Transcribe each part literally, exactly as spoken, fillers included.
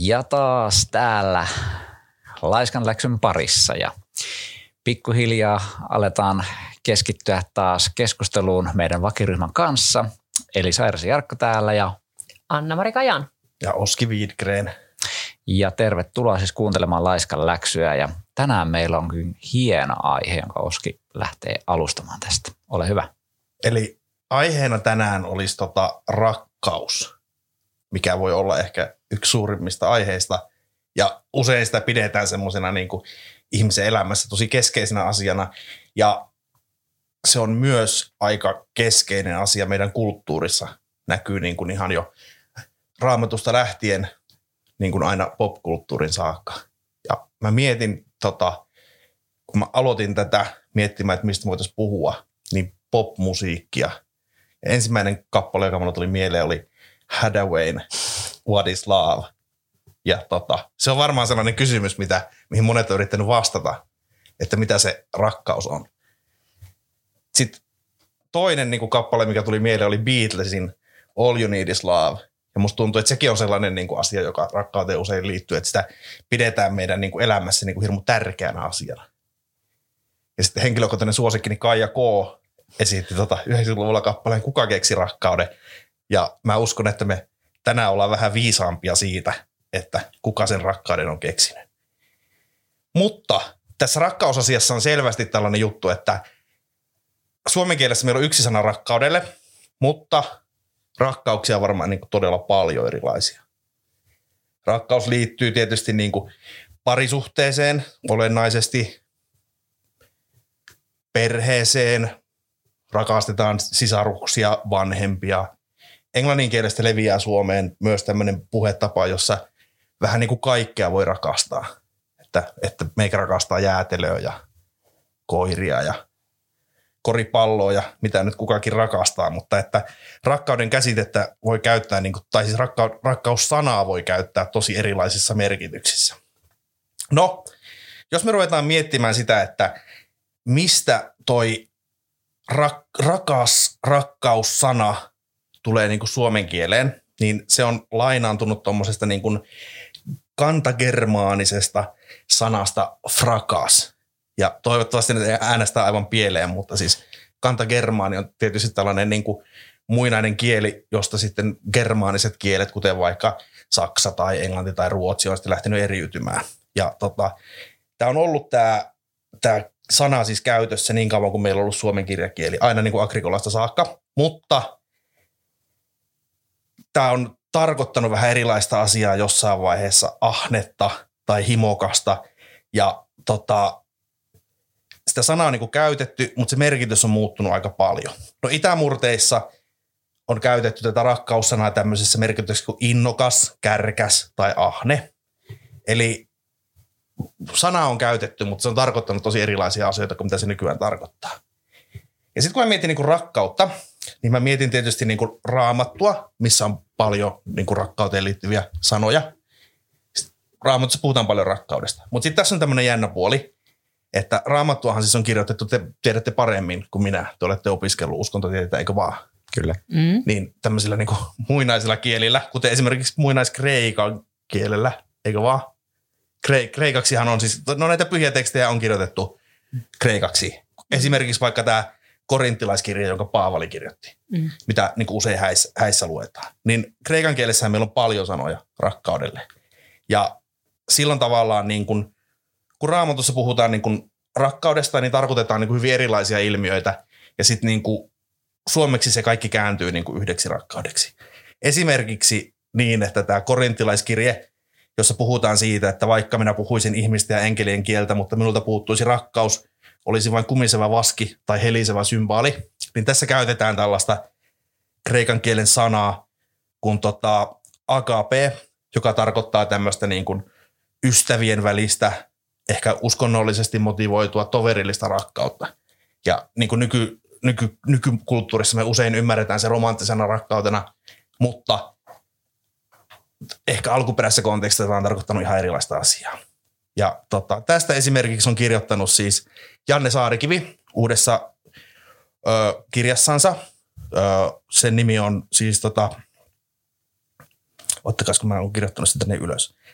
Ja taas täällä Laiskan läksyn parissa ja pikkuhiljaa aletaan keskittyä taas keskusteluun meidän vakiryhmän kanssa. Eli Sairasi Jarkko täällä ja Anna-Mari Kajan. Ja Oski Widgren. Ja tervetuloa siis kuuntelemaan Laiskan läksyä. Ja tänään meillä on kyllä hieno aihe, jonka Oski lähtee alustamaan tästä. Ole hyvä. Eli aiheena tänään olisi tota rakkaus, mikä voi olla ehkä yksi suurimmista aiheista. Ja usein sitä pidetään semmoisena niin kuin ihmisen elämässä tosi keskeisenä asiana. Ja se on myös aika keskeinen asia meidän kulttuurissa. Näkyy niin kuin ihan jo Raamatusta lähtien niin kuin aina popkulttuurin saakka. Ja mä mietin, tota, kun mä aloitin tätä miettimään, että mistä voitaisiin puhua, niin popmusiikkia. Ja ensimmäinen kappale, joka mulle tuli mieleen, oli Hathaway'n What is Love? Ja tota, se on varmaan sellainen kysymys, mitä, mihin monet on yrittänyt vastata, että mitä se rakkaus on. Sitten toinen niin kuin kappale, mikä tuli mieleen, oli Beatlesin All You Need Is Love. Ja musta tuntuu, että sekin on sellainen niin kuin asia, joka rakkauteen usein liittyy, että sitä pidetään meidän niin kuin elämässä niin kuin hirmu tärkeänä asiana. Ja sitten henkilökohtainen suosikkini Kaija K. esitti tota yhdeksänkymmentäluvulla kappaleen Kuka keksi rakkauden. Ja mä uskon, että me tänään ollaan vähän viisaampia siitä, että kuka sen rakkauden on keksinyt. Mutta tässä rakkausasiassa on selvästi tällainen juttu, että suomen kielessä meillä on yksi sana rakkaudelle, mutta rakkauksia on varmaan niin kuin todella paljon erilaisia. Rakkaus liittyy tietysti niin kuin parisuhteeseen olennaisesti, perheeseen, rakastetaan sisaruksia, vanhempia. Englannin kielestä leviää Suomeen myös tämmöinen puhetapa, jossa vähän niin kuin kaikkea voi rakastaa. Että, että meikä rakastaa jäätelöä ja koiria ja koripalloa ja mitä nyt kukakin rakastaa, mutta että rakkauden käsitettä voi käyttää, niin kuin, tai siis rakka, rakkaussanaa voi käyttää tosi erilaisissa merkityksissä. No, jos me ruvetaan miettimään sitä, että mistä toi rak, rakas rakkaussana tulee niin kuin suomen kieleen, niin se on lainaantunut tuommoisesta niin kuin kantagermaanisesta sanasta frakas. Ja toivottavasti ne äänestää aivan pieleen, mutta siis kantagermaani on tietysti tällainen niin kuin muinainen kieli, josta sitten germaaniset kielet, kuten vaikka saksa tai englanti tai ruotsi, on sitten lähtenyt eriytymään. Ja tota, tämä on ollut tämä, tämä sana siis käytössä niin kauan kuin meillä on ollut suomen kirjakieli, aina niin kuin Agrikolasta saakka, mutta tämä on tarkoittanut vähän erilaista asiaa jossain vaiheessa, ahnetta tai himokasta, ja tota, sitä sanaa on niin kuin käytetty, mutta se merkitys on muuttunut aika paljon. No itämurteissa on käytetty tätä rakkaussanaa tämmöisessä merkityksessä kuin innokas, kärkäs tai ahne. Eli sana on käytetty, mutta se on tarkoittanut tosi erilaisia asioita kuin mitä se nykyään tarkoittaa. Ja sitten kun mä mietin niin kuin rakkautta, niin mä mietin tietysti niin kuin Raamattua, missä on paljon niin kuin rakkauteen liittyviä sanoja. Sitten Raamatussa puhutaan paljon rakkaudesta. Mutta sitten tässä on tämmöinen jännä puoli, että Raamattuahan siis on kirjoitettu, te tiedätte paremmin kuin minä, te olette opiskellut uskontotiedettä, eikö vaan? Kyllä. Mm. Niin tämmöisillä niin kuin muinaisilla kielillä, kuten esimerkiksi muinaiskreikan kielellä, eikö vaan? Kre- kreikaksihan on siis, no näitä pyhiä tekstejä on kirjoitettu kreikaksi. Esimerkiksi vaikka tämä korintilaiskirja, jonka Paavali kirjoitti, mm. mitä niin kuin usein häissä, häissä luetaan. Niin kreikan kielessä meillä on paljon sanoja rakkaudelle. Ja silloin tavallaan niin kuin kun Raamatussa puhutaan niin kuin rakkaudesta, niin tarkoitetaan niin kuin hyvin erilaisia ilmiöitä. Ja sitten niin kuin suomeksi se kaikki kääntyy niin kuin yhdeksi rakkaudeksi. Esimerkiksi niin, että tämä korintilaiskirje, jossa puhutaan siitä, että vaikka minä puhuisin ihmisten ja enkelien kieltä, mutta minulta puuttuisi rakkaus, olisi vain kumiseva vaski tai helisevä symbaali. Niin tässä käytetään tällaista kreikan kielen sanaa kuin tota agape, joka tarkoittaa tämmöistä niin kuin ystävien välistä, ehkä uskonnollisesti motivoitua toverillista rakkautta. Ja niin kuin nyky, nyky, nykykulttuurissa me usein ymmärretään se romanttisena rakkautena, mutta ehkä alkuperäisessä kontekstissa tämä on tarkoittanut ihan erilaista asiaa. Ja tota, tästä esimerkiksi on kirjoittanut siis Janne Saarikivi uudessa ö, kirjassansa. Ö, sen nimi on siis, tota, ottakas kun mä oon kirjoittanut sitä tänne ylös.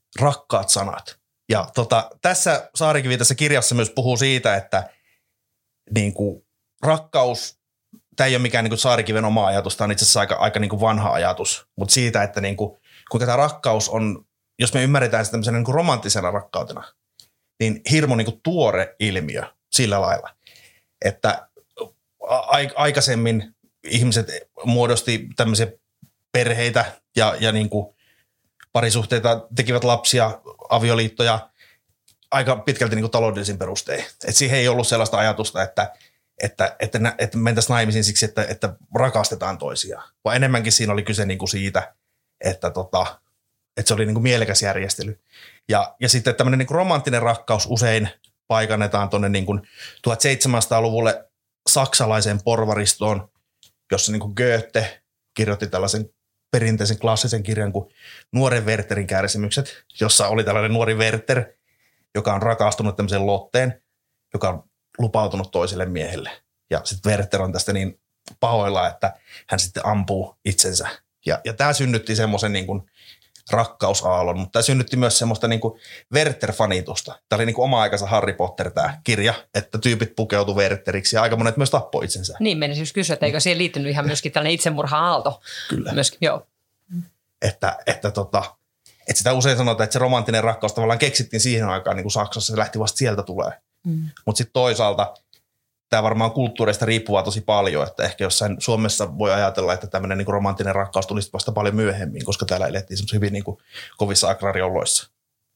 rakkaat sanat. Ja tota, tässä Saarikivi tässä kirjassa myös puhuu siitä, että niin kuin, rakkaus, tämä ei ole mikään niin kuin Saarikiven oma ajatus, tämä on itse asiassa aika, aika niin kuin vanha ajatus, mutta siitä, että niin kuin, kuinka tämä rakkaus on, jos me ymmärretään sitä tämmöisenä niin kuin romanttisena rakkautena, niin hirmu niin kuin tuore ilmiö sillä lailla, että aikaisemmin ihmiset muodosti tämmöisiä perheitä ja, ja niin kuin parisuhteita, tekivät lapsia, avioliittoja aika pitkälti niin kuin taloudellisin perustein. Et siihen ei ollut sellaista ajatusta, että, että, että, että mentäisiin naimisiin siksi, että, että rakastetaan toisiaan. Vaan enemmänkin siinä oli kyse niin kuin siitä, että, tota, että se oli niin kuin mielekäs järjestely. Ja, ja sitten tämmöinen niin kuin romanttinen rakkaus usein paikannetaan tuonne niin kuin tuhatseitsemänsataaluvulle saksalaiseen porvaristoon, jossa niin kuin Goethe kirjoitti tällaisen perinteisen klassisen kirjan kuin Nuoren Wertherin kärsimykset, jossa oli tällainen nuori Werther, joka on rakastunut tämmöiseen Lotteen, joka on lupautunut toiselle miehelle. Ja sitten Werther on tästä niin pahoilla, että hän sitten ampuu itsensä. Ja, ja tämä synnytti semmoisen niin kuin rakkausaallon, mutta tämä synnytti myös semmoista niin kuin Werther-fanitusta. Tämä oli niin kuin oma aikansa Harry Potter tämä kirja, että tyypit pukeutu Wertheriksi ja aika monet myös tappoi itsensä. Niin, menisin just kysyä, että eikö siihen liittynyt ihan myöskin tällainen itsemurha-aalto? Kyllä. Myöskin, joo. Että, että, tota, että sitä usein sanotaan, että se romanttinen rakkaus tavallaan keksittiin siihen aikaan niin kuin Saksassa, se lähti vasta sieltä tulee. Mm. Mutta sitten toisaalta tämä varmaan kulttuureista riippuvaa tosi paljon, että ehkä jossain Suomessa voi ajatella, että tämmöinen niin kuin romanttinen rakkaus tulisi vasta paljon myöhemmin, koska täällä elettiin semmoisia hyvin niin kuin kovissa agraarioloissa.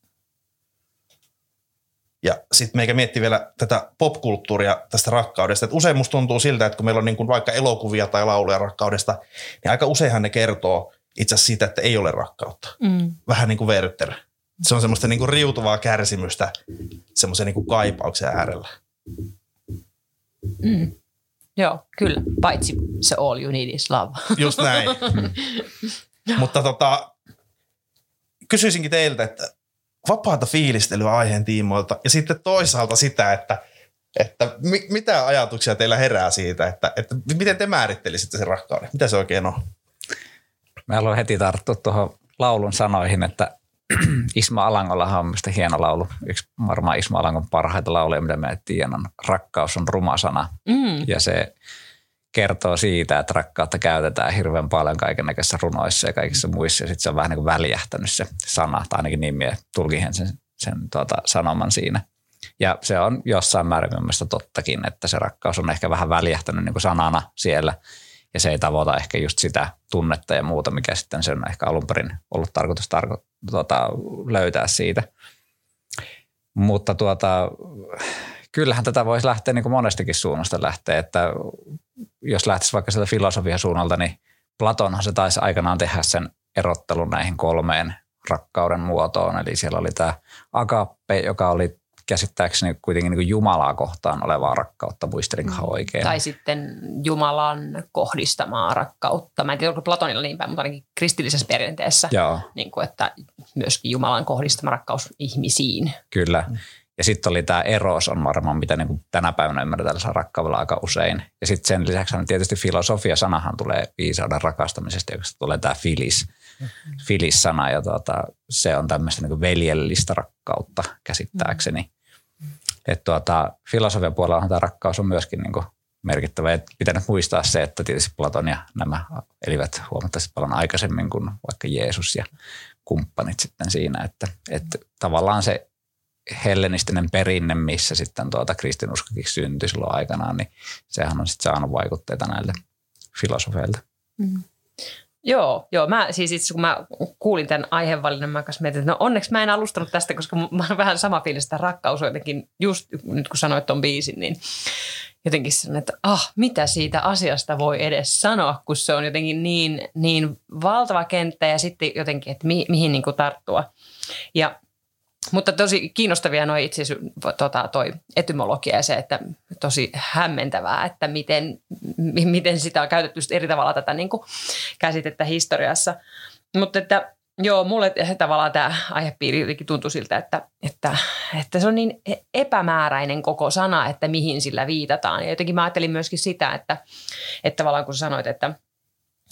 Ja sitten meikä miettii vielä tätä popkulttuuria tästä rakkaudesta. Että usein musta tuntuu siltä, että kun meillä on niin kuin vaikka elokuvia tai lauluja rakkaudesta, niin aika useinhan ne kertoo itse asiassa siitä, että ei ole rakkautta. Mm. Vähän niin kuin Werther. Se on semmoista niin kuin riutuvaa kärsimystä semmoisen niin kuin kaipauksen äärellä. Mm. Joo, kyllä. Paitsi se all you need is love. Just näin. Mutta tota, kysyisinkin teiltä, että vapaata fiilistelyä aiheen tiimoilta ja sitten toisaalta sitä, että, että mi, mitä ajatuksia teillä herää siitä, että, että miten te määrittelisitte sen rakkauden? Mitä se oikein on? Mä haluan heti tarttua tuohon laulun sanoihin, että Ismo Alangollahan on minusta hieno laulu. Yksi varmaan Ismo Alangon parhaita lauluja, mitä mä tiedän, on Rakkaus on ruma sana. Mm. Ja se kertoo siitä, että rakkautta käytetään hirveän paljon kaikennäköisissä runoissa ja kaikissa muissa. Ja sitten se on vähän niin kuin väljähtänyt se sana, tai ainakin niin minä tulkin sen, sen tuota, sanoman siinä. Ja se on jossain määrin mielestäni tottakin, että se rakkaus on ehkä vähän väljähtänyt niin kuin sanana siellä. Ja se ei tavoita ehkä just sitä tunnetta ja muuta, mikä sitten se on ehkä alun perin ollut tarkoitus tarko- tuota, löytää siitä. Mutta tuota, kyllähän tätä voisi lähteä niin kuin monestakin suunnasta lähteä, että jos lähtisi vaikka sieltä filosofian suunnalta, niin Platonhan se taisi aikanaan tehdä sen erottelun näihin kolmeen rakkauden muotoon. Eli siellä oli tämä agape, joka oli käsittääkseni kuitenkin niin kuin Jumalaa kohtaan olevaa rakkautta, muistelinkohan oikein. Tai sitten Jumalan kohdistamaa rakkautta. Mä en tiedä, onko Platonilla niin päin, mutta ainakin kristillisessä perinteessä, niin kuin, että myöskin Jumalan kohdistama rakkaus ihmisiin. Kyllä. Ja sitten oli tämä eros on varmaan, mitä niin kuin tänä päivänä ymmärretään rakkaudella aika usein. Ja sitten sen lisäksi on tietysti filosofia-sanahan tulee viisauden rakastamisesta, joka tulee tämä filis. Mm-hmm. Filis-sana ja tuota, se on tämmöistä niin kuin veljellistä rakkautta käsittääkseni. Mm-hmm. Että tuota, filosofian puolella tämä rakkaus on myöskin niin kuin merkittävä. Et pitää nyt muistaa se, että tietysti Platon ja nämä elivät huomattavasti paljon aikaisemmin kuin vaikka Jeesus ja kumppanit sitten siinä. Että, että tavallaan se hellenistinen perinne, missä sitten tuota kristinuskokin syntyi silloin aikanaan, niin sehän on sitten saanut vaikutteita näiltä filosofeilta. Mm. Joo, joo. Mä siis itse kun mä kuulin tämän aiheenvalinnan, mä kanssa mietin, että no onneksi mä en alustanut tästä, koska mä oon vähän sama fiilis, että rakkaus on jotenkin, just nyt kun sanoit ton biisin, niin jotenkin sellainen, että ah, mitä siitä asiasta voi edes sanoa, kun se on jotenkin niin, niin valtava kenttä ja sitten jotenkin, että mi, mihin niin kuin tarttua. Ja mutta tosi kiinnostavia noi itse asiassa tota, toi etymologia ja se, että tosi hämmentävää, että miten, miten sitä on käytetty eri tavalla tätä niin kuin käsitettä historiassa. Mutta että joo, mulle tavallaan tämä aihepiiri jotenkin tuntui siltä, että, että, että se on niin epämääräinen koko sana, että mihin sillä viitataan. Ja jotenkin mä ajattelin myöskin sitä, että, että tavallaan kun sanoit, että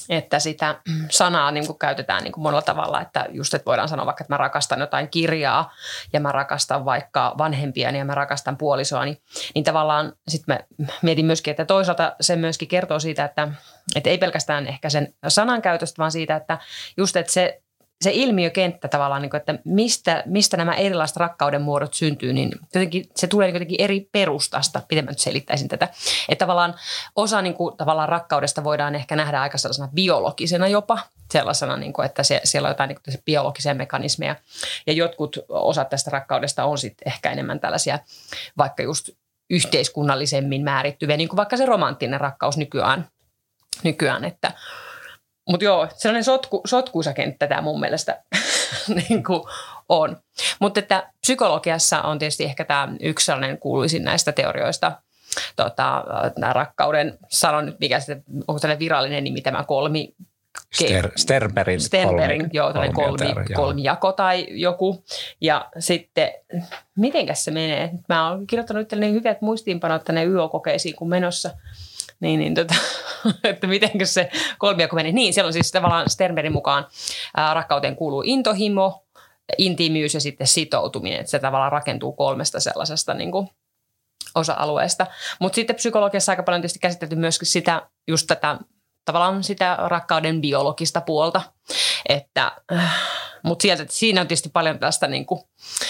että sitä sanaa niin kuin käytetään niin kuin monella tavalla, että just, että voidaan sanoa vaikka, että mä rakastan jotain kirjaa ja mä rakastan vaikka vanhempiani ja mä rakastan puolisoani, niin tavallaan sitten mä mietin myöskin, että toisaalta se myöskin kertoo siitä, että, että ei pelkästään ehkä sen sanan käytöstä, vaan siitä, että just, että se se ilmiökenttä tavallaan, että mistä, mistä nämä erilaiset rakkauden muodot syntyy, niin jotenkin se tulee jotenkin eri perustasta, miten mä nyt selittäisin tätä. Että tavallaan osa niin kuin, tavallaan rakkaudesta voidaan ehkä nähdä aika sellaisena biologisena jopa, sellaisena, niin kuin, että se, siellä on jotain niin kuin biologisia mekanismeja. Ja jotkut osat tästä rakkaudesta on sitten ehkä enemmän tällaisia vaikka just yhteiskunnallisemmin määrittyviä, niin kuin vaikka se romanttinen rakkaus nykyään, nykyään että mutta joo, sellainen sotku, sotkuisa kenttä tämä mun mielestä niin kuin on. Mutta että psykologiassa on tietysti ehkä tämä yksi sellainen kuuluisin näistä teorioista, tota, tämä rakkauden, sanon nyt mikä se, onko tällainen virallinen nimi, tämä kolmi... Ster, Sternbergin, Sternbergin, joo, tällainen kolmi, kolmijako tai joku. Ja sitten, mitenkäs se menee? Mä oon kirjoittanut tällainen hyvät muistiinpanot tänne Y O-kokeisiin, kun menossa. Niin, niin tota, että mitenkö se kolmijako menee. Niin, siellä on siis tavallaan Sternbergin mukaan ää, rakkauteen kuuluu intohimo, intiimiys ja sitten sitoutuminen. Että se tavallaan rakentuu kolmesta sellaisesta niin kuin osa-alueesta. Mutta sitten psykologiassa aika paljon tietysti käsitelty myöskin sitä, just tätä tavallaan sitä rakkauden biologista puolta. Että, äh, mutta sieltä, siinä on tietysti paljon tästä niin kuin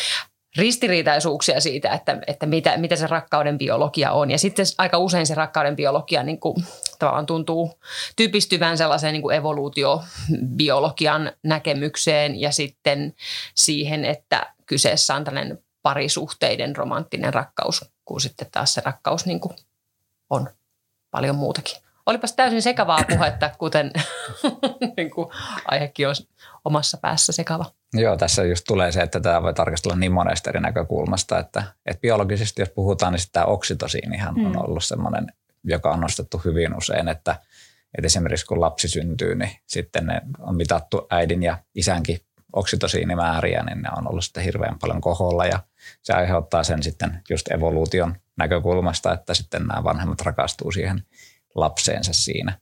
ristiriitaisuuksia siitä, että, että mitä, mitä se rakkauden biologia on. Ja sitten aika usein se rakkauden biologia niin kuin, tavallaan tuntuu typistyvän sellaiseen niin kuin evoluutiobiologian näkemykseen ja sitten siihen, että kyseessä on tällainen parisuhteiden romanttinen rakkaus, kun sitten taas se rakkaus niin kuin on paljon muutakin. Olipas täysin sekavaa puhetta, kuten niin kuin aihekin on omassa päässä sekava. Joo, tässä just tulee se, että tämä voi tarkastella niin monesta eri näkökulmasta, että, että biologisesti jos puhutaan, niin tämä oksitosiinihan mm. on ollut semmoinen, joka on nostettu hyvin usein, että, että esimerkiksi kun lapsi syntyy, niin sitten ne on mitattu äidin ja isänkin oksitosiinimääriä, niin ne on ollut sitten hirveän paljon koholla ja se aiheuttaa sen sitten just evoluution näkökulmasta, että sitten nämä vanhemmat rakastuu siihen lapseensa siinä.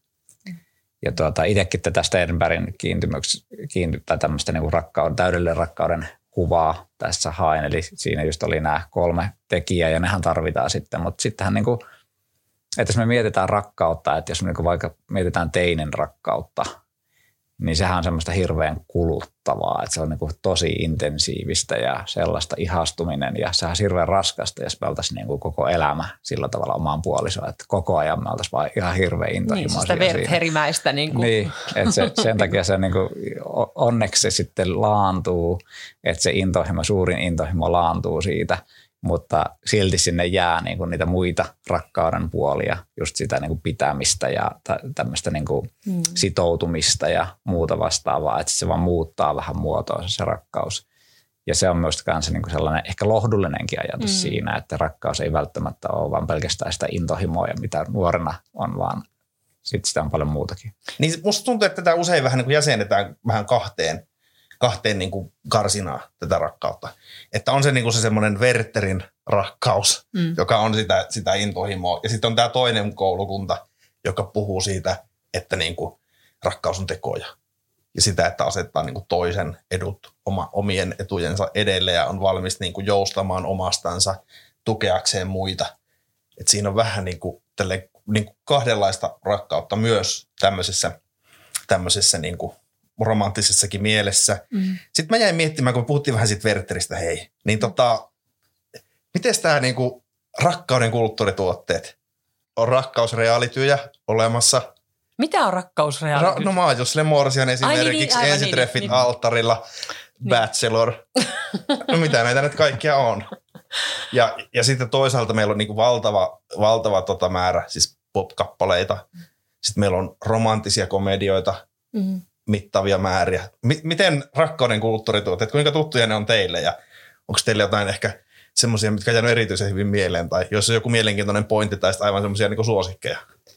Ja tuota, itsekin tätä Sternbergin kiintymyks, kiinty, tai tämmöistä niin kuin rakkauden, täydellinen rakkauden kuvaa tässä hain. Eli siinä just oli nämä kolme tekijää ja nehän tarvitaan sitten. Mutta sittenhän niin kuin, että jos me mietitään rakkautta, että jos me niin kuin vaikka mietitään teinen rakkautta, niin sehän on semmoista hirveän kuluttavaa, että se on niin kuin tosi intensiivistä ja sellaista ihastuminen ja sehän on hirveän raskasta, jos me oltaisiin niin kuin koko elämä sillä tavalla omaan puolisoon, että koko ajan me oltaisiin vaan ihan hirveän intohimoisia. Niin, sitä vertherimäistä. Niin, kuin. Niin, että se, sen takia se niin kuin, onneksi se sitten laantuu, että se intohimo, suurin intohimo laantuu siitä, mutta silti sinne jää niin kuin niitä muita rakkauden puolia, just sitä niin kuin pitämistä ja tämmöistä niin kuin mm. sitoutumista ja muuta vastaavaa, että se vaan muuttaa vähän muotoonsa se rakkaus. Ja se on myös kanssa niin kuin sellainen ehkä lohdullinenkin ajatus mm. siinä, että rakkaus ei välttämättä ole vaan pelkästään sitä intohimoa, mitä nuorena on, vaan sitten sitä on paljon muutakin. Niin musta tuntuu, että tätä usein vähän niin kuin jäsennetään vähän kahteen. kahteen niin kuin karsinaa tätä rakkautta. Että on se niin kuin se semmoinen Wertherin rakkaus, mm. joka on sitä, sitä intohimoa. Ja sitten on tämä toinen koulukunta, joka puhuu siitä, että niin kuin rakkaus on tekoja. Ja sitä, että asettaa niin kuin toisen edut oma, omien etujensa edelle ja on valmis niin kuin joustamaan omastansa tukeakseen muita. Että siinä on vähän niin kuin, tälle, niin kuin kahdenlaista rakkautta myös tämmöisessä, tämmöisessä niin kuin romanttisessakin mielessä. Mm. Sitten mä jäin miettimään, kun me puhuttiin vähän siitä Wertheristä, hei, niin tota, miten tämä niinku rakkauden kulttuurituotteet? On rakkausreaalityjä olemassa. Mitä on rakkausreaalityt? Ra- no Maajus Lemorsian esimerkiksi, niin, ensitreffit niin, niin. alttarilla, niin. Bachelor. No mitä näitä nyt kaikkia on? Ja, ja sitten toisaalta meillä on niinku valtava, valtava tota määrä siis pop-kappaleita. Sitten meillä on romanttisia komedioita. Mm. Mittavia määriä. M- miten rakkauden kulttuurituotteet, kuinka tuttuja ne on teille ja onko teille jotain ehkä semmoisia, mitkä jäänyt erityisen hyvin mieleen tai jos on joku mielenkiintoinen pointti tai aivan semmoisia niin suosikkeja?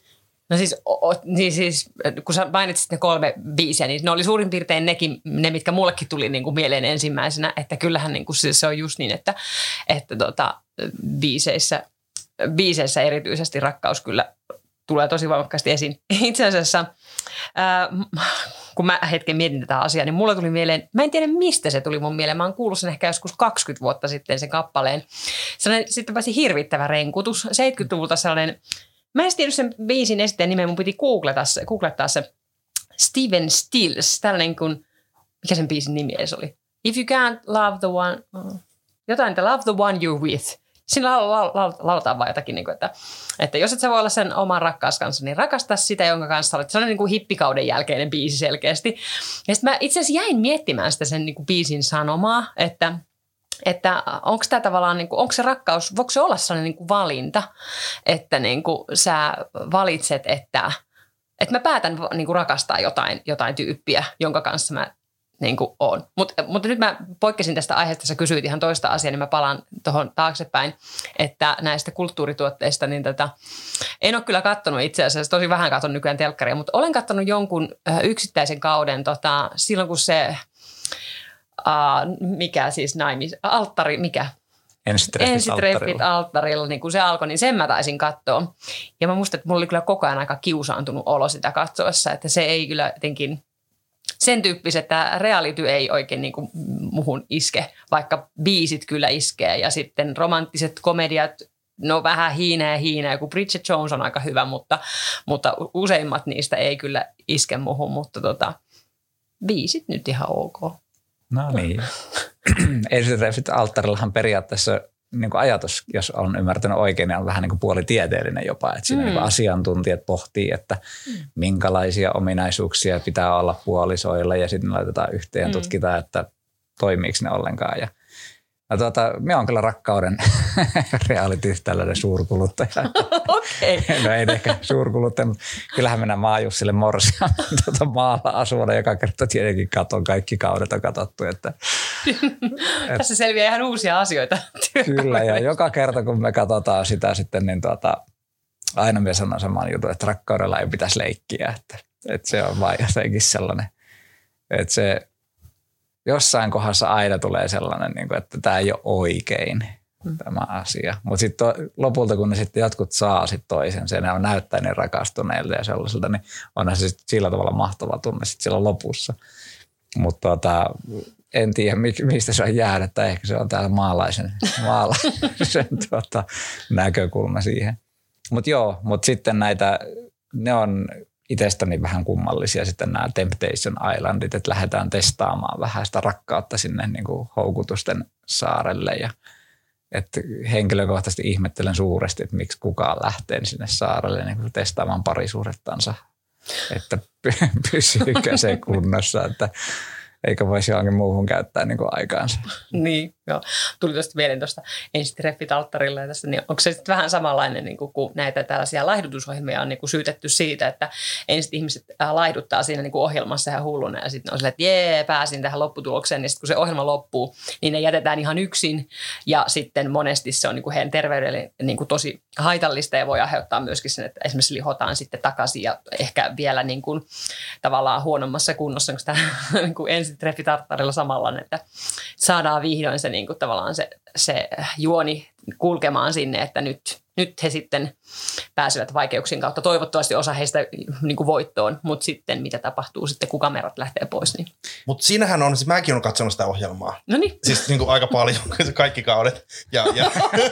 No siis, o, niin siis, kun sä mainitsit ne kolme biisiä, niin ne oli suurin piirtein nekin, ne mitkä mullekin tuli niin kuin mieleen ensimmäisenä, että kyllähän niin kuin se, se on just niin, että, että tota, biiseissä, biiseissä erityisesti rakkaus kyllä tulee tosi voimakkaasti esiin. Itse asiassa, ää, kun mä hetken mietin tätä asiaa, niin mulla tuli mieleen, mä en tiedä mistä se tuli mun mieleen. Mä oon kuullut sen ehkä joskus kaksikymmentä vuotta sitten sen kappaleen. Sellainen sitten pääsi hirvittävä renkutus. seitsemänkymmentäluvulta sellainen, mä en tiedä sen biisin esittäjän nimen, mun piti googlettaa se, googlettaa se Steven Stills, tällainen kuin, mikä sen biisin nimi edes oli? If you can't love the one, jotain, että love the one you're with. Siinä lauletaan vaan jotakin, niin kuin, että, että jos et sä voi olla sen oman rakkaas kanssa, niin rakasta sitä, jonka kanssa olet. Se on niin kuin hippikauden jälkeinen biisi selkeästi. Ja sitten mä itse asiassa jäin miettimään sitä sen niin kuin biisin sanomaa, että, että onko tämä tavallaan, niin kuin, onko se rakkaus, voiko se olla sellainen niin kuin valinta, että niin kuin sä valitset, että, että mä päätän niin kuin rakastaa jotain, jotain tyyppiä, jonka kanssa mä niin kuin on. Mut, mutta nyt mä poikkesin tästä aiheesta, sä kysyit ihan toista asiaa, niin mä palaan tuohon taaksepäin, että näistä kulttuurituotteista, niin tätä, en ole kyllä katsonut itse asiassa, tosi vähän katson nykyään telkkaria, mutta olen katsonut jonkun yksittäisen kauden tota, silloin, kun se, uh, mikä siis naimis, alttari, mikä? Ensitreffit, Ensitreffit alttarilla, niin kun se alkoi, niin sen mä taisin katsoa. Ja mä muistan, että mulla oli kyllä koko ajan aika kiusaantunut olo sitä katsoessa, että se ei kyllä jotenkin sen tyyppiset, että reality ei oikein niin kuin muhun iske, vaikka biisit kyllä iskee. Ja sitten romanttiset komediat, no vähän hiineä hiineä, kun Bridget Jones on aika hyvä, mutta, mutta useimmat niistä ei kyllä iske muhun, mutta tota, biisit nyt ihan ok. No niin. Ensitreffit alttarillahan periaatteessa niin kuin ajatus, jos on ymmärtänyt oikein, niin on vähän niin kuin puolitieteellinen jopa. Että siinä mm. niin kuin asiantuntijat pohtii, että mm. minkälaisia ominaisuuksia pitää olla puolisoilla ja sitten laitetaan yhteen ja mm. tutkitaan, että toimiiko ne ollenkaan. Ja, ja tuota, minä olen kyllä rakkauden reality tällainen suurkuluttaja. Okei. Okay. No ei ehkä suurkuluttaja, mutta kyllähän mennään Maajussille morsiaan tuota maalla asuvana, joka kerta tietenkin katon, kaikki kaudet on katsottu. Että, et, tässä selviää ihan uusia asioita. Kyllä, ja joka kerta kun me katsotaan sitä sitten, niin tuota, aina me sanon saman jutun, että rakkaudella ei pitäisi leikkiä. Että, että se on vain jotenkin sellainen, että se jossain kohdassa aina tulee sellainen, että tämä ei ole oikein tämä asia. Mutta sitten lopulta, kun ne sitten jotkut saa sit toisen, se on näyttää niin rakastuneilta ja sellaiselta, niin onhan se sit sillä tavalla mahtava tunne sitten siellä lopussa. Mutta tota, en tiedä, mistä se on jäädä, tai ehkä se on täällä maalaisen, maalaisen tuota, näkökulma siihen. Mutta joo, mutta sitten näitä, ne on itsestäni vähän kummallisia sitten nämä Temptation Islandit, että lähdetään testaamaan vähän sitä rakkautta sinne niin kuin houkutusten saarelle. Ja, että henkilökohtaisesti ihmettelen suuresti, että miksi kukaan lähtee sinne saarelle niin kuin testaamaan parisuhdettansa, että pysyykö se kunnossa, että eikä voisi johonkin muuhun käyttää niin kuin aikaansa. Niin, joo. Tuli tuosta mieleen tuosta Ensitreffit alttarilla ja tästä, niin onko se sitten vähän samanlainen, niin kuin, kun näitä tällaisia laihdutusohjelmia on niin kuin syytetty siitä, että ensin ihmiset laihduttaa siinä niin kuin ohjelmassa ihan hulluna ja sitten on silleen, että jee, pääsin tähän lopputulokseen, niin sitten kun se ohjelma loppuu, niin ne jätetään ihan yksin ja sitten monesti se on niin kuin heidän terveydelle niin kuin tosi haitallista ja voi aiheuttaa myöskin sen, että esimerkiksi lihotaan sitten takaisin ja ehkä vielä niin kuin tavallaan huonommassa kunnossa, onko tämä niin kuin Ensitreffit alttarilla samanlainen, että saadaan vihdoin se niin kuin tavallaan se, se juoni kulkemaan sinne, että nyt, nyt he sitten pääsevät vaikeuksien kautta. Toivottavasti osa heistä niin kuin voittoon, mutta sitten mitä tapahtuu sitten, kun kamerat lähtee pois. Niin. Mutta siinähän on, siis mäkin olen katsonut sitä ohjelmaa. No niin. Siis niin kuin aika paljon, kaikki kaudet. Ja, ja,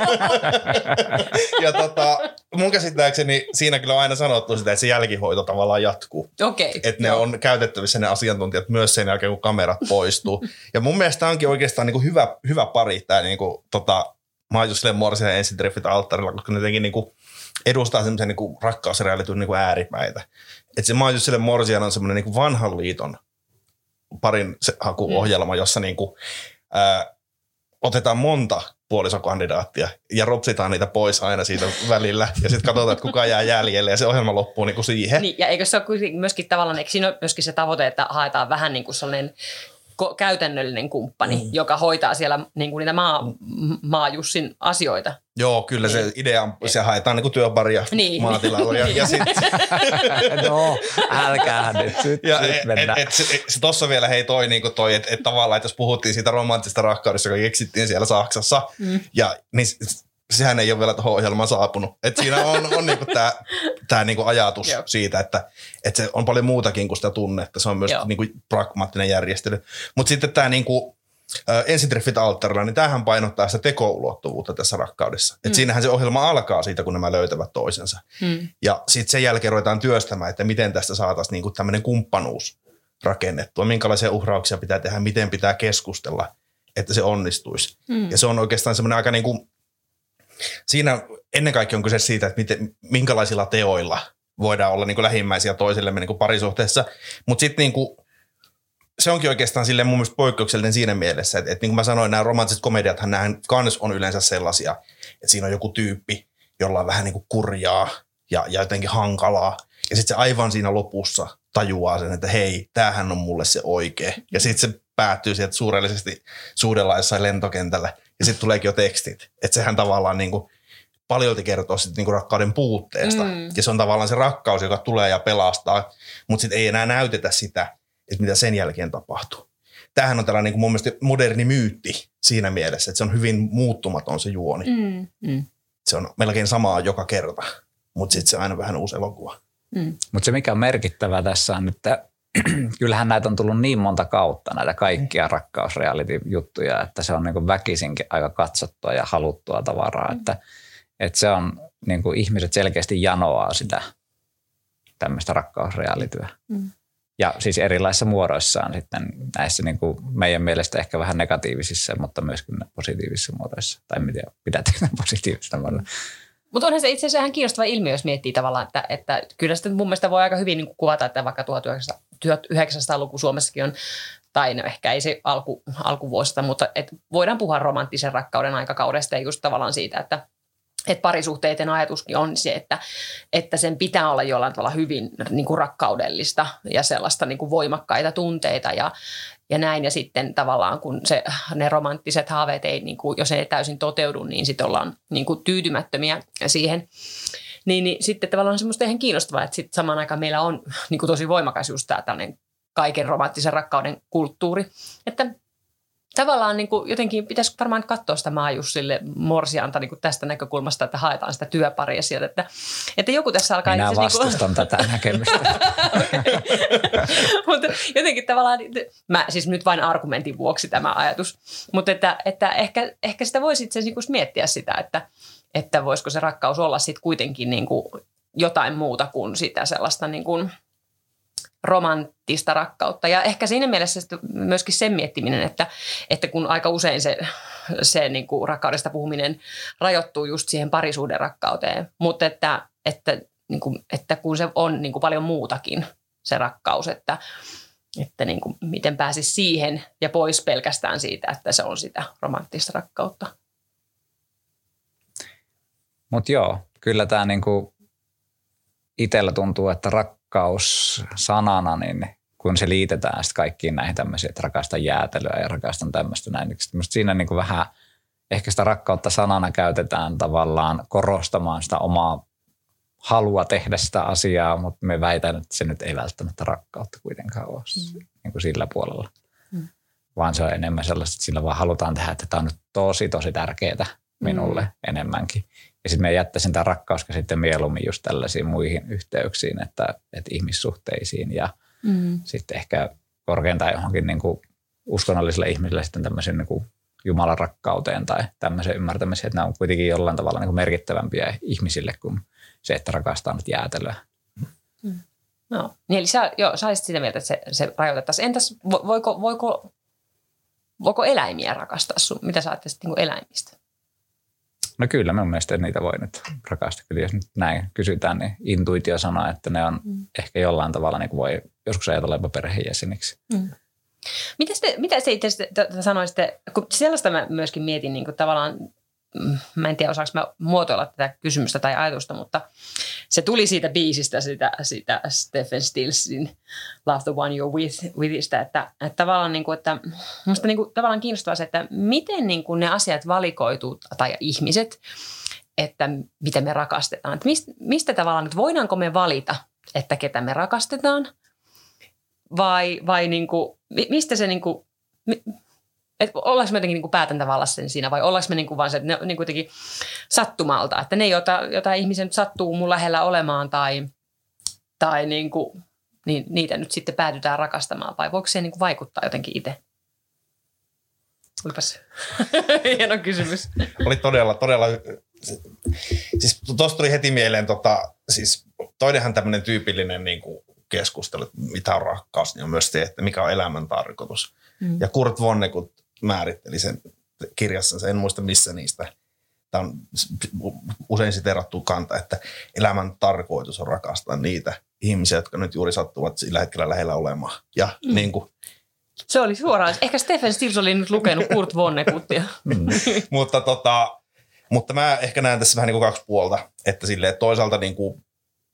ja tota, mun käsittääkseni siinä kyllä on aina sanottu sitä, että se jälkihoito tavallaan jatkuu. Okei. Okay. Että ne Joo. on käytettävissä ne asiantuntijat myös sen jälkeen, kun kamerat poistuu. Ja mun mielestä onkin oikeastaan niin kuin hyvä, hyvä pari tämä niin kuin, tota, Maajussille morsian ja Ensitreffit alttarilla, koska ne jotenkin niin kuin edustaa semmoisen niin kuin rakkausrealityn niin kuin ääripäitä. Että se Maajussille morsian on semmoinen niin kuin vanhan liiton parin hakuohjelma, jossa niin kuin, ää, otetaan monta puolisokandidaattia ja ropsitaan niitä pois aina siitä välillä ja sitten katsotaan, että kuka jää jäljelle ja se ohjelma loppuu niin kuin siihen. Niin, ja eikö se ole myöskin tavallaan, eikö siinä ole myöskin se tavoite, että haetaan vähän niin kuin sellainen käytännöllinen kumppani, mm. joka hoitaa siellä niin kuin niitä maa, maajussin asioita. Joo, kyllä se niin. idea on, se haetaan niin kuin työparia niin. maatilalla. Ja, ja sit... no, älkää nyt, nyt, ja nyt mennään. Et, et, se, se tossa vielä hei toi, niin kuin toi että et tavallaan, että jos puhuttiin siitä romanttisesta rakkaudesta, joka keksittiin siellä Saksassa, mm. ja niin sehän ei ole vielä tuohon ohjelmaan saapunut. Et siinä on, on niinku tämä tämä niinku ajatus Joo. siitä, että, että se on paljon muutakin kuin sitä tunnetta. Se on myös niinku pragmaattinen järjestely. Mutta sitten tämä niinku, ensitreffit alttarilla, niin tämähän painottaa sitä tekoulottuvuutta tässä rakkaudessa. Mm. Et siinähän se ohjelma alkaa siitä, kun nämä löytävät toisensa. Mm. Ja sitten sen jälkeen ruvetaan työstämään, että miten tästä saataisiin niinku tämmöinen kumppanuus rakennettua. Minkälaisia uhrauksia pitää tehdä, miten pitää keskustella, että se onnistuisi. Mm. Ja se on oikeastaan semmoinen aika niinku, siinä ennen kaikkea on kyse siitä, että miten, minkälaisilla teoilla voidaan olla niinku lähimmäisiä toisillemme niinku parisuhteessa. Mutta sitten niinku, se onkin oikeastaan silleen mun mielestä poikkeuksellinen siinä mielessä, että, että niin kuin mä sanoin, nämä romanttiset komediathan nämä kans on yleensä sellaisia, että siinä on joku tyyppi, jolla on vähän niin kuin kurjaa ja, ja jotenkin hankalaa. Ja sitten se aivan siinä lopussa tajuaa sen, että hei, tämähän on mulle se oikea. Ja sitten se päättyy sieltä suurellisesti suudellaan jossain lentokentällä ja sitten tuleekin jo tekstit. Että sehän tavallaan niin kuin paljolti kertoo sitten niin kuin rakkauden puutteesta. Mm. Ja se on tavallaan se rakkaus, joka tulee ja pelastaa, mutta sitten ei enää näytetä sitä, että mitä sen jälkeen tapahtuu. Tämähän on tällainen niin kuin mun mielestä moderni myytti siinä mielessä, että se on hyvin muuttumaton se juoni. Mm, mm. Se on melkein samaa joka kerta, mutta sitten se on aina vähän uusi elokuva. Mm. Mutta se mikä on merkittävää tässä on, että kyllähän näitä on tullut niin monta kautta, näitä kaikkia mm. rakkausreality-juttuja, että se on niin kuin väkisinkin aika katsottua ja haluttua tavaraa. Mm. Että, että se on, niin kuin ihmiset selkeästi janoaa sitä tämmöistä rakkausrealityä. Mm. Ja siis erilaisissa muodoissaan sitten näissä niin kuin meidän mielestä ehkä vähän negatiivisissa, mutta myöskin positiivisissa muodoissa. Tai en tiedä, pidättekö ne positiivisista muodoissa. Mutta onhan se itse asiassa ihan kiinnostava ilmiö, jos miettii tavallaan, että, että kyllä sitten mun mielestä voi aika hyvin niin kuin kuvata, että vaikka tuhatyhdeksänsataaluku Suomessakin on, tai no ehkä ei se alku, alkuvuosista, mutta et voidaan puhua romanttisen rakkauden aikakaudesta ja just tavallaan siitä, että että parisuhteiden ajatuskin on se, että, että sen pitää olla jollain tavalla hyvin niin kuin rakkaudellista ja sellaista niin kuin voimakkaita tunteita ja, ja näin. Ja sitten tavallaan kun se, ne romanttiset haaveet ei, niin kuin, jos ne ei täysin toteudu, niin sitten ollaan niin kuin tyytymättömiä siihen. Niin, niin sitten tavallaan on semmoista ihan kiinnostavaa, että sitten samaan aikaan meillä on niin kuin tosi voimakas just tämä tällainen kaiken romanttisen rakkauden kulttuuri, että tavallaan niin kuin jotenkin pitäisi varmaan katsoa sitä Maajussille morsianta niin kuin tästä näkökulmasta, että haetaan sitä työparia sieltä. Että, että joku tässä alkaa... Minä vastustan niin kuin... tätä näkemystä. Mutta jotenkin tavallaan, mä siis nyt vain argumentin vuoksi tämä ajatus, mutta että, että ehkä, ehkä sitä voisi itse asiassa niin miettiä sitä, että, että voisiko se rakkaus olla sitten kuitenkin niin kuin jotain muuta kuin sitä sellaista... Niin kuin romanttista rakkautta. Ja ehkä siinä mielessä myöskin sen miettiminen, että, että kun aika usein se, se niin kuin rakkaudesta puhuminen rajoittuu just siihen parisuuden rakkauteen, mutta että, että, niin kuin, että kun se on niin kuin paljon muutakin se rakkaus, että, että niin kuin miten pääsisi siihen ja pois pelkästään siitä, että se on sitä romanttista rakkautta. Mutta joo, kyllä tämä niinku itsellä tuntuu, että rakkaus sanana, niin kun se liitetään sitten kaikkiin näihin tämmöisiin, että rakastan jäätelyä ja rakastan tämmöistä näin, niin siinä niin kuin vähän ehkä sitä rakkautta sanana käytetään tavallaan korostamaan sitä omaa halua tehdä sitä asiaa, mutta me väitän, että se nyt ei välttämättä rakkautta kuitenkaan ole mm. niin kuin sillä puolella, mm. vaan se on enemmän sellaista, että sillä vaan halutaan tehdä, että tämä on nyt tosi, tosi tärkeää minulle mm. enemmänkin. Ja sitten me jättäisin tämän rakkauskäsitteen mieluummin just tällaisiin muihin yhteyksiin, että, että ihmissuhteisiin ja mm. sitten ehkä korkeintaan johonkin niin kuin uskonnollisille ihmisille sitten tämmöisen niin kuin Jumalan rakkauteen tai tämmöisen ymmärtämiseen, että nämä on kuitenkin jollain tavalla niin kuin merkittävämpiä ihmisille kuin se, että rakastaa nyt jäätelyä. Mm. No, niin eli sä, joo, sä olisit sitä mieltä, että se, se rajoitettaisiin. Entäs voiko, voiko, voiko eläimiä rakastaa sun? Mitä sä ajattelisit niin kuin eläimistä? No kyllä, minun mielestä niitä voi nyt rakastaa. Kyllä jos nyt näin kysytään, niin intuitio sanoo, että ne on mm. ehkä jollain tavalla, niin kuin voi joskus ajatella jopa perheenjäseniksi. Mm. Mitä, te, mitä te itse sanoisitte, kun sellaista mä myöskin mietin niin kuin tavallaan, mä en tiedä osaanko mä muotoilla tätä kysymystä tai ajatusta, mutta se tuli siitä biisistä, sitä, sitä Stephen Stillsin Love the One You're With, withistä, että, että tavallaan, niin kuin, että musta niin kuin, tavallaan kiinnostaa se, että miten niin kuin ne asiat valikoituu, tai ihmiset, että miten me rakastetaan. Että mistä, mistä tavallaan, että voidaanko me valita, että ketä me rakastetaan, vai, vai niin kuin, mistä se, niin kuin, että ollaanko me jotenkin niin kuin päätäntävallassa siinä vai ollaanko me niin kuin vaan se, että ne niin kuin jotenkin sattumalta, että ne, jota, jota ihmisen nyt sattuu mun lähellä olemaan tai, tai niin kuin, niin niitä nyt sitten päätytään rakastamaan vai voiko se niin kuin vaikuttaa jotenkin itse? Olipas hieno kysymys. Oli todella, todella, siis tuosta tuli heti mieleen, tota, siis toinenhan tämmöinen tyypillinen niin kuin keskustelu, mitä on rakkaus, niin on myös se, että mikä on elämän tarkoitus. Mm. Ja Kurt Vonnegut määritteli sen kirjassansa, en muista missä niistä, tämä on usein siteerattu kanta, että elämän tarkoitus on rakastaa niitä ihmisiä, jotka nyt juuri sattuvat sillä hetkellä lähellä olemaan. Ja mm. niin kuin, se oli suoraan. Ehkä Stephen Stills oli nyt lukenut Kurt Vonneguttia. Mm. mutta, tota, mutta mä ehkä näen tässä vähän niin kuin kaksi puolta, että silleen toisaalta niin kuin,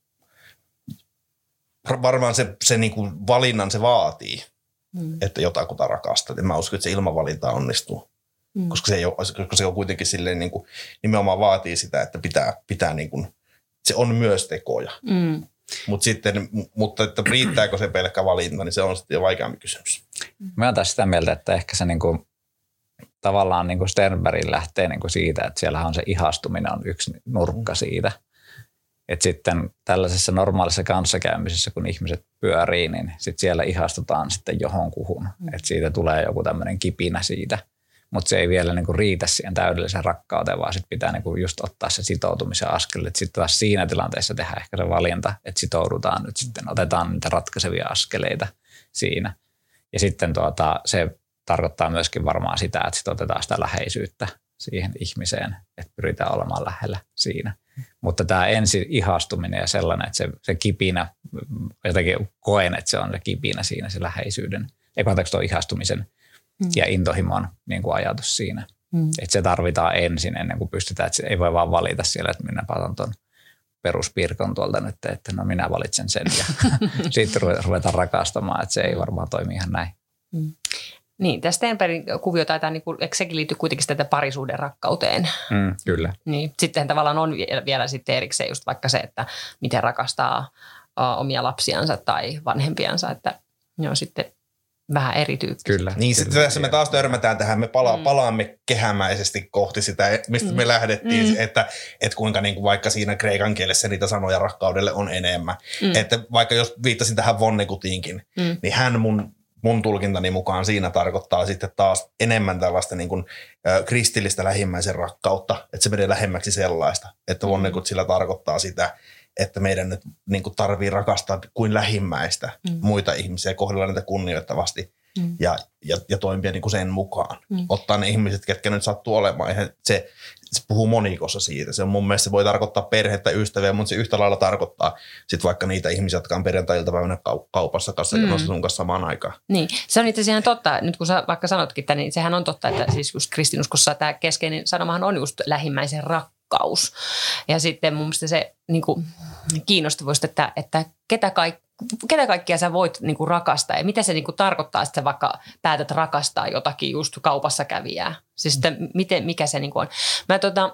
varmaan se, se niin kuin valinnan se vaatii, mm. että jotakuta rakastaa. En mä usko, että se ilman valintaa onnistuu, mm. koska, se ei ole, koska se on kuitenkin silleen niin kuin, nimenomaan vaatii sitä, että pitää, pitää niin kuin, se on myös tekoja. Mm. Mut sitten, mutta että riittääkö se pelkkä valinta, niin se on sitten jo vaikeampi kysymys. Mä oon taas sitä mieltä, että ehkä se niinku, tavallaan niinku Sternbergin lähtee niinku siitä, että siellä on se ihastuminen on yksi nurkka siitä. Että sitten tällaisessa normaalissa kanssakäymisessä, kun ihmiset pyörii, niin sitten siellä ihastutaan sitten johonkuhun. Että siitä tulee joku tämmöinen kipinä siitä. Mutta se ei vielä niinku riitä siihen täydelliseen rakkauteen, vaan sitten pitää niinku just ottaa se sitoutumisen askel. Että sitten taas siinä tilanteessa tehdään ehkä se valinta, että sitoudutaan nyt sitten, otetaan niitä ratkaisevia askeleita siinä. Ja sitten tuota, se tarkoittaa myöskin varmaan sitä, että sitten otetaan sitä läheisyyttä siihen ihmiseen, että pyritään olemaan lähellä siinä. Mutta tämä ensi ihastuminen ja sellainen, että se, se kipinä, jotenkin koen, että se on se kipinä siinä, se läheisyyden, ei anteeksi tuo ihastumisen mm. ja intohimon niin kuin ajatus siinä. Mm. Että se tarvitaan ensin ennen kuin pystytään, että ei voi vaan valita siellä, että minä otan tuon peruspirkon tuolta nyt, että no minä valitsen sen ja sitten ruvetaan rakastamaan, että se ei varmaan toimi ihan näin. Mm. Niin, tämä Sternbergin kuvio taitaa, niin kuin, eikö sekin liittyy kuitenkin tätä parisuuden rakkauteen? Mm, kyllä. Niin, sitten tavallaan on vielä, vielä sitten erikseen just vaikka se, että miten rakastaa uh, omia lapsiansa tai vanhempiansa, että ne on sitten vähän erityyppisiä. Kyllä. Niin, sitten tässä me taas törmätään tähän, me pala- mm. palaamme kehämäisesti kohti sitä, mistä mm. me lähdettiin, mm. että, että kuinka niin kuin vaikka siinä kreikan kielessä niitä sanoja rakkaudelle on enemmän. Mm. Että vaikka jos viittasin tähän Vonnegutiinkin, mm. niin hän mun Mun tulkintani mukaan siinä tarkoittaa sitten taas enemmän tällaista niin kuin, ä, kristillistä lähimmäisen rakkautta, että se menee lähemmäksi sellaista, että Vonnegut sillä tarkoittaa sitä, että meidän nyt niin kuin tarvii rakastaa kuin lähimmäistä mm. muita ihmisiä, kohdella niitä kunnioittavasti mm. ja, ja, ja toimia niin kuin sen mukaan. Mm. Ottaa ne ihmiset, ketkä nyt sattuu olemaan. Se, se puhuu monikossa siitä. Se on mun mielestä se voi tarkoittaa perhettä, ystäviä, mutta se yhtä lailla tarkoittaa sit vaikka niitä ihmisiä, jotka on perjantai-iltapäivänä kaupassa kanssa mm. ja sun kanssa samaan aikaan. Niin, se on itse asiassa ihan totta. Nyt kun sä vaikka sanotkin tämän, niin sehän on totta, että siis just kristinuskossa tämä keskeinen sanomahan on just lähimmäisen rakkaus. Ja sitten mun mielestä se niin kuin kiinnostavuus, että, että ketä kaikki ketä kaikkia sä voit niinku rakastaa ja mitä se niinku tarkoittaa, että sä vaikka päätät rakastaa jotakin just kaupassa kävijää. Siis että miten, mikä se niinku on. Mä tota,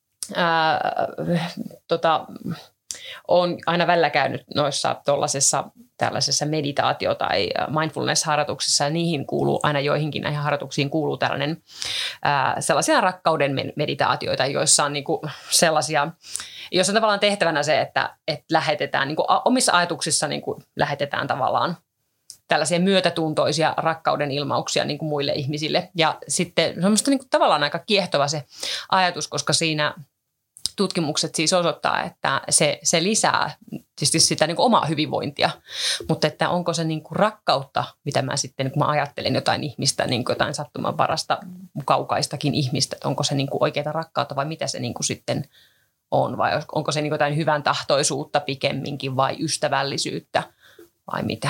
ää, tota, on aina välillä käynyt noissa tollasessa tällaisessa meditaatio- tai mindfulness-harjoituksissa ja niihin kuuluu aina joihinkin näihin harjoituksiin kuuluu tällainen ää, sellaisia rakkauden meditaatioita, joissa on niinku sellaisia, jos on tavallaan tehtävänä se, että, että lähetetään, niin kuin omissa ajatuksissa niin kuin lähetetään tavallaan tällaisia myötätuntoisia rakkauden ilmauksia niin kuin muille ihmisille. Ja sitten se on musta niin kuin tavallaan aika kiehtova se ajatus, koska siinä tutkimukset siis osoittaa, että se, se lisää tietysti sitä niin kuin omaa hyvinvointia, mutta että onko se niin kuin rakkautta, mitä mä sitten, kun mä ajattelen jotain ihmistä, niin kuin jotain sattumanvarasta, kaukaistakin ihmistä, että onko se niin kuin oikeaa rakkautta vai mitä se niin kuin sitten on, vai onko se niin kuin jotain hyvän tahtoisuutta pikemminkin vai ystävällisyyttä vai mitä?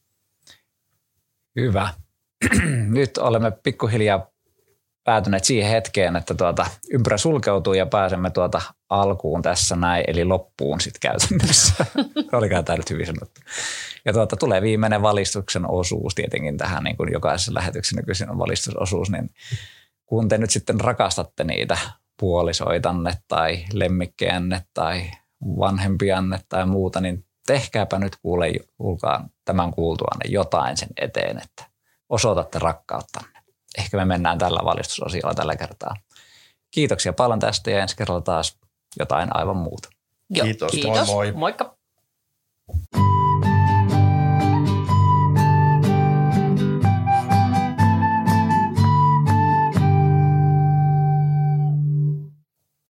Hyvä. Nyt olemme pikkuhiljaa päätyneet siihen hetkeen, että tuota, ympyrä sulkeutuu ja pääsemme tuota alkuun tässä näin, eli loppuun sitten käytännössä. Olikaan tämä nyt hyvin sanottu. Ja tuota, tulee viimeinen valistuksen osuus tietenkin tähän, niin kuin jokaisessa lähetyksessä nykyisin on valistusosuus, niin kun te nyt sitten rakastatte niitä puolisoitanne tai lemmikkejänne tai vanhempianne tai muuta, niin tehkääpä nyt kuule, kuulkaa tämän kuultuanne jotain sen eteen, että osoitatte rakkauttanne. ehkä me mennään tällä valistusosiolla tällä kertaa. Kiitoksia paljon tästä ja ensi kerralla taas jotain aivan muuta. Joo, Kiitos, kiitos. moi moi. Moikka.